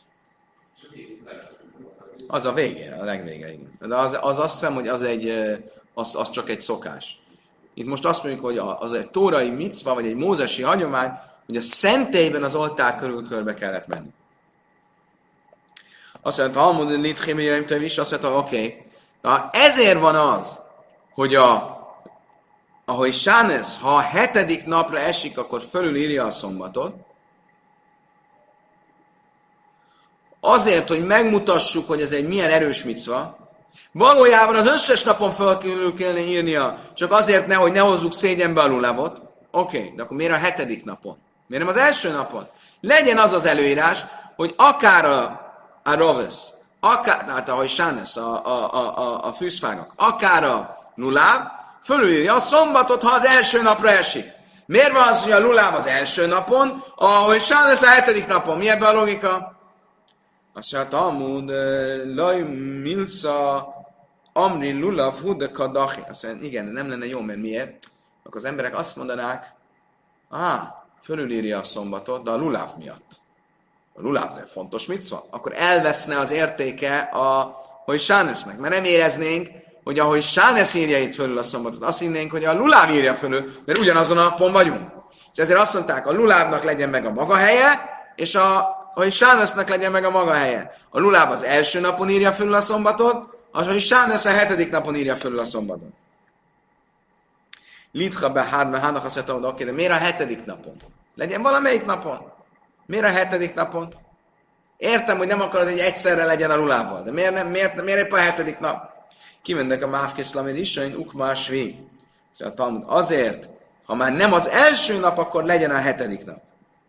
Az a vége, a legvége, igen. De az, az azt hiszem, hogy az, egy, az, az csak egy szokás. Itt most azt mondjuk, hogy az egy tórai micva, vagy egy mózesi hagyomány, hogy a szentélyben az oltár körül körbe kellett menni. Azt mondta, Talmud Litchim is, azt mondta, oké. Okay. Ezért van az, hogy a, ahogy Sánesz, ha a hetedik napra esik, akkor fölülírja a szombatot. Azért, hogy megmutassuk, hogy ez egy milyen erős micva. Valójában az összes napon fel kellene írnia, csak azért, ne, hogy ne hozzuk szégyenbe a lulávot. Oké, okay, de akkor miért a hetedik napon? Miért nem az első napon? Legyen az az előírás, hogy akár a, a rovesz, akár, tehát ahogy Sánesz, a, a, a, a, a fűszfágak, akár a luláv, fölülírja a szombatot, ha az első napra esik. Miért van az, hogy a luláv az első napon, ahogy Sánesz a hetedik napon? Mi ebben a logika? Azt mondja, Talmud, laj milsza amri lulav hude kadachi. Azt mondja, igen, nem lenne jó, mert miért? Akkor az emberek azt mondanák, ah, fölülírja a szombatot, de a luláv miatt. A luláv azért fontos micva. Akkor elveszne az értéke a hogy Sánesznek, mert nem éreznénk, hogy ahogy Sánesz írja itt fölül a szombatot, azt hinnénk, hogy a luláv írja fölül, mert ugyanazon a napon vagyunk. És ezért azt mondták, a lulávnak legyen meg a maga helye, és a hogy Sánesznek legyen meg a maga helye. A luláv az első napon írja fölül a szombatot, az, hogy Sánesz a hetedik napon írja fölül a szombatot. Litcha behár, mert hának azt mondtam, oké, de miért a hetedik napon? Legyen valamelyik napon. Miért a hetedik napon? Értem, hogy nem akarod, hogy egyszerre legyen a lulával, de miért, nem, miért, miért épp a hetedik nap? Kimennek a mávkészlamir is, hogy ukmásvi. Szóval a Talmud azért, ha már nem az első nap, akkor legyen a hetedik nap.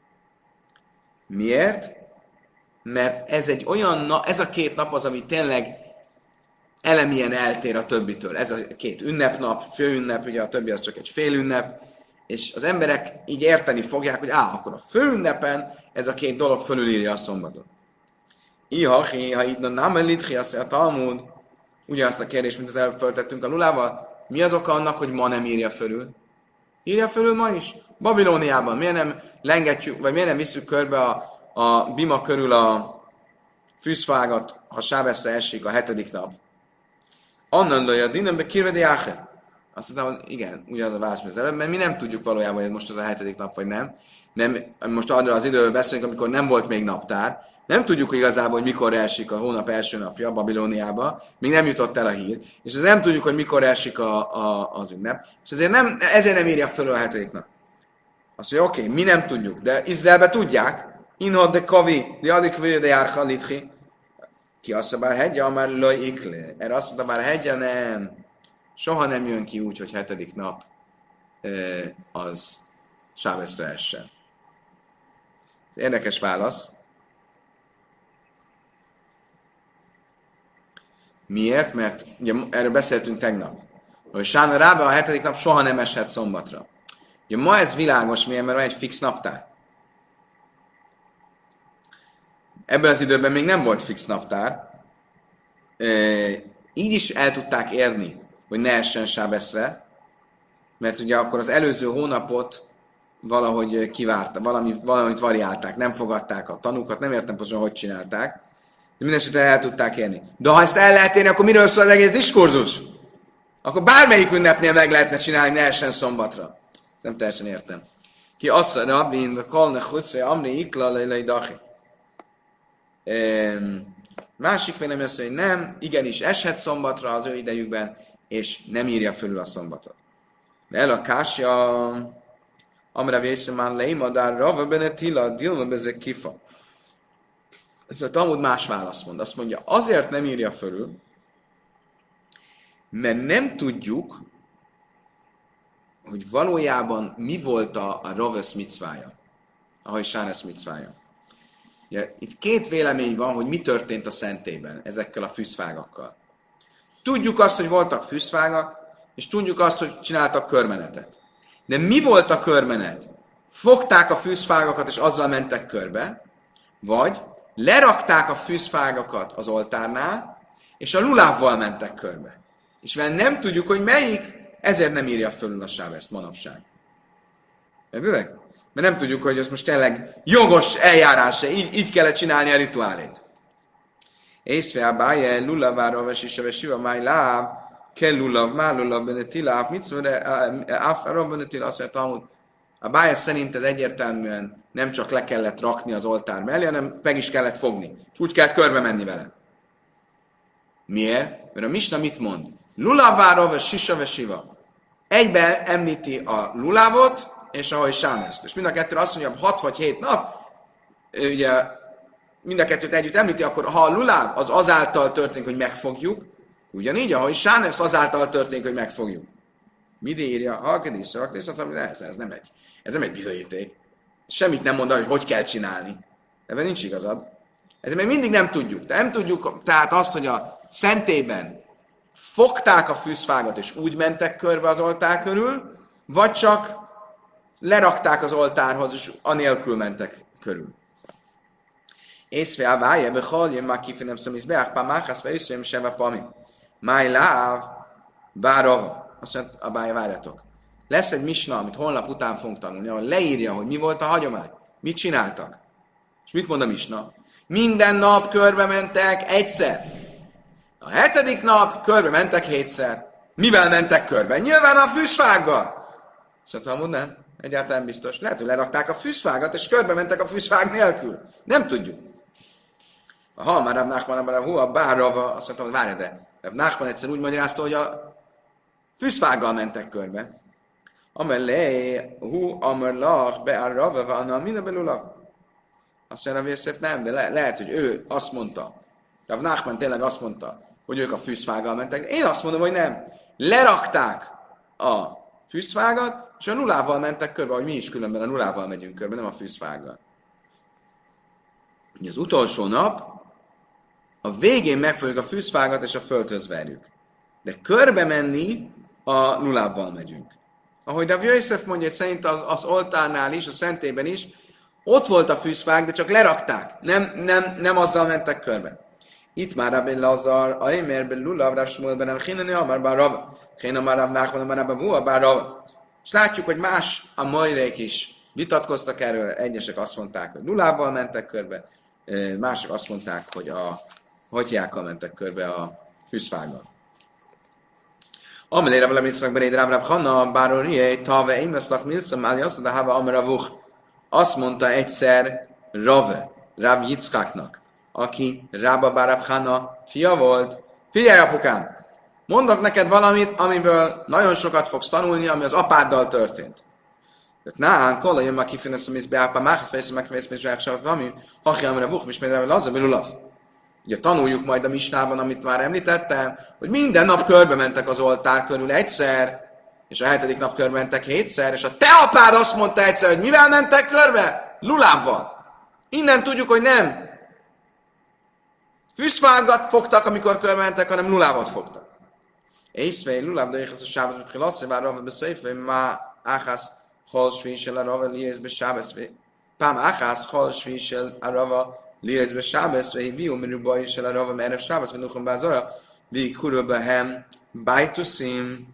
Miért? Mert ez egy olyan nap, ez a két nap az, ami tényleg elemien eltér a többitől. Ez a két ünnepnap, főünnep, ugye a többi az csak egy félünnep, és az emberek így érteni fogják, hogy á, akkor a főünnepen ez a két dolog fölülírja a szombatot. Ihachi, ha itt nem elitchi, azt mondja a Talmud, ugyanazt a kérdést, mint az előbb föltettünk a lulával, mi az oka annak, hogy ma nem írja fölül? Írja fölül ma is? Babilóniában miért nem lengetjük, vagy miért nem visszük körbe a, a bima körül a fűszfágat, ha sábeszre esik a hetedik nap? Annan lője, dinembe kirvedi áhe. Azt mondtam, hogy igen, ugyanaz a válasz, mint az előbb, mert mi nem tudjuk valójában, hogy most az a hetedik nap, vagy nem. nem most arra az időről beszélünk, amikor nem volt még naptár. Nem tudjuk hogy igazából, hogy mikor esik a hónap első napja Babilóniába, még nem jutott el a hír, és ezért nem tudjuk, hogy mikor esik a, a, az ünnep, és ezért nem, ezért nem írja fölül a hetedik nap. Azt mondja, oké, okay, mi nem tudjuk, de Izraelben tudják. Inhod de kavi, de adik vő de járha litchi. Ki azt mondja, bár hegye, már loj ikle. Erre azt mondta, bár hegye, nem. Soha nem jön ki úgy, hogy hetedik nap az sábeszre essen. Érdekes válasz. Miért? Mert ugye erről beszéltünk tegnap, hogy Sána Rába a hetedik nap soha nem eshet szombatra. Ugye ma ez világos, miért? Mert van egy fix naptár. Ebben az időben még nem volt fix naptár. E, így is el tudták érni, hogy ne essen sábeszre, mert ugye akkor az előző hónapot valahogy kivárta, valami, valamit variálták, nem fogadták a tanúkat, nem értem pontosan, hogy csinálták, de mindenesetre el tudták érni. De ha ezt el lehet érni, akkor miről szól az egész diskurzus? Akkor bármelyik ünnepnél meg lehetne csinálni, ne essen szombatra. Ezt nem teljesen értem. Ki azt a rabbin, kalne chucaj, amri ikla, lejlej dachi. Másik vélemény azt mondja, hogy nem, igenis eshet szombatra az ő idejükben, és nem írja fölül a szombatot. De el a kásja, amire vészemán leimadár, rava benetila, dilma bezek kifa. Ez a Talmud más választ mond. Azt mondja, azért nem írja fölül, mert nem tudjuk, hogy valójában mi volt a, a Raves micvája, ahogy Sánes micvája. Ugye, itt két vélemény van, hogy mi történt a szentélyben ezekkel a fűszfágakkal. Tudjuk azt, hogy voltak fűszfágak, és tudjuk azt, hogy csináltak körmenetet. De mi volt a körmenet? Fogták a fűszfágakat, és azzal mentek körbe, vagy lerakták a fűszfágakat az oltárnál, és a lulávval mentek körbe. És mivel nem tudjuk, hogy melyik, ezért nem írja fölül a sáveszt manapság. Értedek? Mert nem tudjuk, hogy ez most tényleg jogos eljárása, így, így kellett csinálni a rituálét. Észve a báje, lulavára vesiseve siva máj láv, kell lulav, má lulav benetiláv, mit szól, áfára benetiláv, azt mondja Talmud. A báje szerint ez egyértelműen nem csak le kellett rakni az oltár mellé, hanem meg is kellett fogni. És úgy kellett körbe menni vele. Miért? Mert a Misna mit mond? Lulavára vesiseve siva. Egyben említi a lulávot, és ahogy Sáneszt. És mind a kettő azt mondja, hat vagy hét nap, ugye mind a kettőt együtt említi, akkor ha a luláv az azáltal történik, hogy megfogjuk, ugyanígy, ahogy Sáneszt azáltal történik, hogy megfogjuk. Midi írja, halkedis, halkedis, ez, ez nem egy, ez nem egy bizonyíték. Semmit nem mond, hogy hogy kell csinálni. Ebben nincs igazad. Ez még mindig nem tudjuk. De nem tudjuk tehát azt, hogy a szentélyben fogták a fűszfágat, és úgy mentek körbe az oltár körül, vagy csak lerakták az oltárhoz, és anélkül mentek körül. Észve a váje, behaljen, már kifenem szemész beák, pá máhász, ve észve, seve pami. Máj láv, bárava. Azt mondja, a bája, várjatok. Lesz egy misna, amit holnap után fogunk tanulni, ahol leírja, hogy mi volt a hagyomány, mit csináltak. És mit mond a misna? Minden nap körbe mentek egyszer. A hetedik nap körbe mentek hétszer. Mivel mentek körbe? Nyilván a fűszfággal. Szóval Talmud nem. Egyáltalán biztos. Lehet, hogy lerakták a fűszfágat, és körbe mentek a fűszfág nélkül. Nem tudjuk. Ha már Rav Nachman, már hú, a bárrava, azt mondtam, hogy várj, de Rav Nachman egyszer úgy magyarázta, hogy a fűszfággal mentek körbe. Amelé, hú, amerlach, beárrava, van, minden belulav. Azt mondja, Rav Yosef, nem, de le, lehet, hogy ő azt mondta, Rav Nachman tényleg azt mondta, hogy ők a fűszfággal mentek. Én azt mondom, hogy nem. Lerakták a fűszfágat, és a nullával mentek körbe, hogy mi is különben a nullával megyünk körbe, nem a fűszfággal. Az utolsó nap, a végén megfogjuk a fűszfágat, és a földhöz verjük. De körbe menni a nullával megyünk. Ahogy Rav Yosef mondja, hogy szerint az, az oltárnál is, a szentélyben is, ott volt a fűszfág, de csak lerakták. Nem, nem, nem azzal mentek körbe. Itt már Rabbi Lazar, Aimerben Lulav, Rashmolben, Elchineni, Amarban Rav, Chéna már Rav Nachman, Amarban Hua, bár Rav. És látjuk, hogy más a majrék is vitatkoztak erről, egyesek azt mondták, hogy nullával mentek körbe, mások azt mondták, hogy a hotyákkal mentek körbe a fűszfággal. Amelé Rav Lamitzvak Beréd Rav Rav Hanna, Bárorié, Tave, Imeszlach, Milszam, Áli, azt mondta, Hava, Amaravuch. Azt mondta egyszer Rave, Rav Yitzchaknak, aki Rabba Barav Hanna fia volt. Figyelj, apukám! Mondok neked valamit, amiből nagyon sokat fogsz tanulni, ami az apáddal történt. Nán, kolla jön már kifejezem, hogy beápa mához fejszem, megfejezem, hogy sem valami, hachjámra vuch, és például az a belulav. Ugye tanuljuk majd a misnában, amit már említettem, hogy minden nap körbe mentek az oltár körül egyszer, és a hetedik nap körbe mentek hétszer, és a te apád azt mondta egyszer, hogy mivel mentek körbe? Lulávval. Innen tudjuk, hogy nem fűszfágat fogtak, amikor körmentek, hanem lulávot fogtak. Észvei luláv, de éjhez a sábesz, mit kell azt, hogy vár rava beszéfő, má áhász, hol svísel a rava, liész be sábesz, pám áhász, hol svísel a rava, liész be sábesz, vagy viú, mirúba is el a rava, mert sábesz, vagy nukhon bázara, vi kurulbehem, bájtuszim,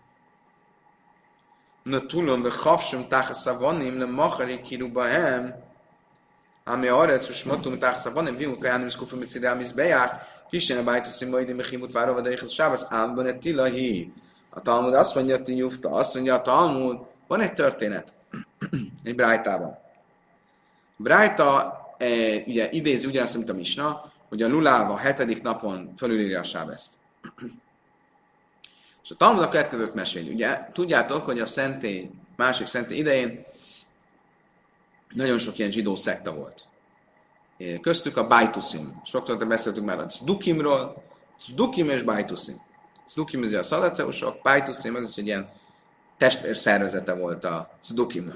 na tulom, ve chavsum, táchaszavanim, le machari kirubahem, ami a arrecus motum, táchaszavanim, viú, kajánim, szkufum, mit szidám, is beják, Kisen a bájtuszim, majd én mechimut várva, de éjhez sábesz, álmban egy tilahi. A Talmud azt mondja, hogy Jufta, azt mondja a Talmud, van egy történet, egy brájtában. Brájta, e, ugye idézi ugyanazt, mint a Misna, hogy a luláva a hetedik napon fölülírja a sábeszt. És a Talmud a következőt meséli. Ugye tudjátok, hogy a szentély, másik szentély idején nagyon sok ilyen zsidó szekta volt. Köztük a Bájtuszim. Sokszor beszéltünk már a Cdukimról. Cdukim és Bájtuszim. Cdukim az a szadaceusok, Bájtuszim az is egy ilyen testvérszervezete volt a Cdukimnak.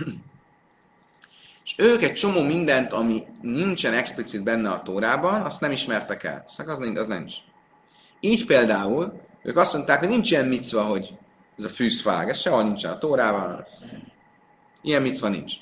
És ők egy csomó mindent, ami nincsen explicit benne a Tórában, azt nem ismertek el. Szóval az, az nincs. Így például ők azt mondták, hogy nincs ilyen micva, hogy ez a fűszfág, ez sehol nincsen a Tórában. Ilyen micva nincs.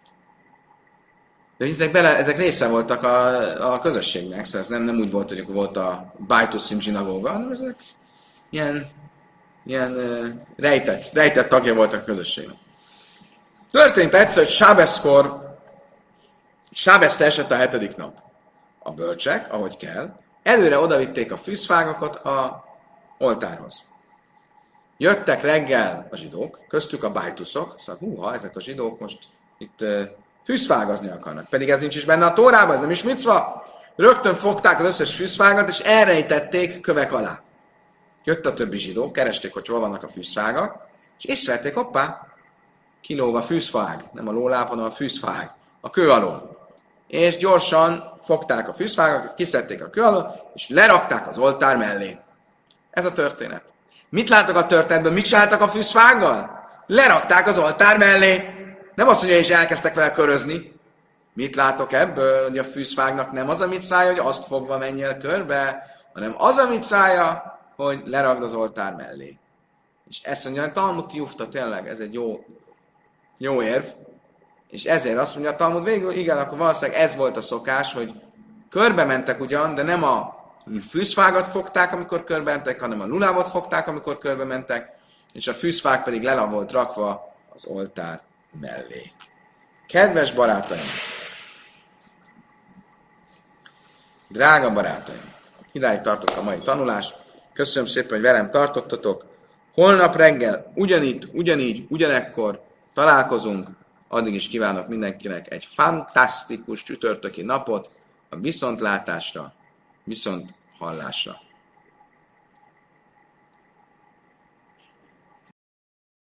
De ezek, bele, ezek része voltak a, a közösségnek, szóval ez nem, nem úgy volt, hogy akkor volt a Bájtuszim zsinagóga, hanem ezek ilyen, ilyen uh, rejtett, rejtett tagja voltak a közösségnek. Történt egyszer, hogy Sábeszkor, Sábeszte esett a hetedik nap. A bölcsek, ahogy kell, előre odavitték a fűszfágokat a oltárhoz. Jöttek reggel a zsidók, köztük a bájtuszok, szóval húha, ezek a zsidók most itt uh, fűszfágazni akarnak. Pedig ez nincs is benne a Tórában, ez nem is micva. Rögtön fogták az összes fűszfágat, és elrejtették kövek alá. Jött a többi zsidó, keresték, hogy hol vannak a fűszfágak, és észrevették, hoppá, kilóg a fűszfág, nem a lóláb, hanem a fűszfág, a kő alól. És gyorsan fogták a fűszfágokat, kiszedték a kő alól, és lerakták az oltár mellé. Ez a történet. Mit látok a történetben? Mit csináltak a fűszfággal? Lerakták az oltár mellé. Nem azt mondja, és elkezdtek vele körözni. Mit látok ebből, hogy a fűszfágnak nem az a micvája, hogy azt fogva menjél körbe, hanem az a micvája, hogy lerakd az oltár mellé. És ezt mondja, a Talmud Jufta, tényleg, ez egy jó, jó érv, és ezért azt mondja a Talmud végül, igen, akkor valószínűleg ez volt a szokás, hogy körbe mentek ugyan, de nem a fűszfágat fogták, amikor körbe mentek, hanem a lulávot fogták, amikor körbe mentek, és a fűszfág pedig le volt rakva az oltár mellé. Kedves barátaim! Drága barátaim! Idáig tartott a mai tanulás. Köszönöm szépen, hogy velem tartottatok. Holnap reggel ugyanitt, ugyanígy, ugyanekkor találkozunk. Addig is kívánok mindenkinek egy fantasztikus csütörtöki napot, a viszontlátásra, viszont hallásra.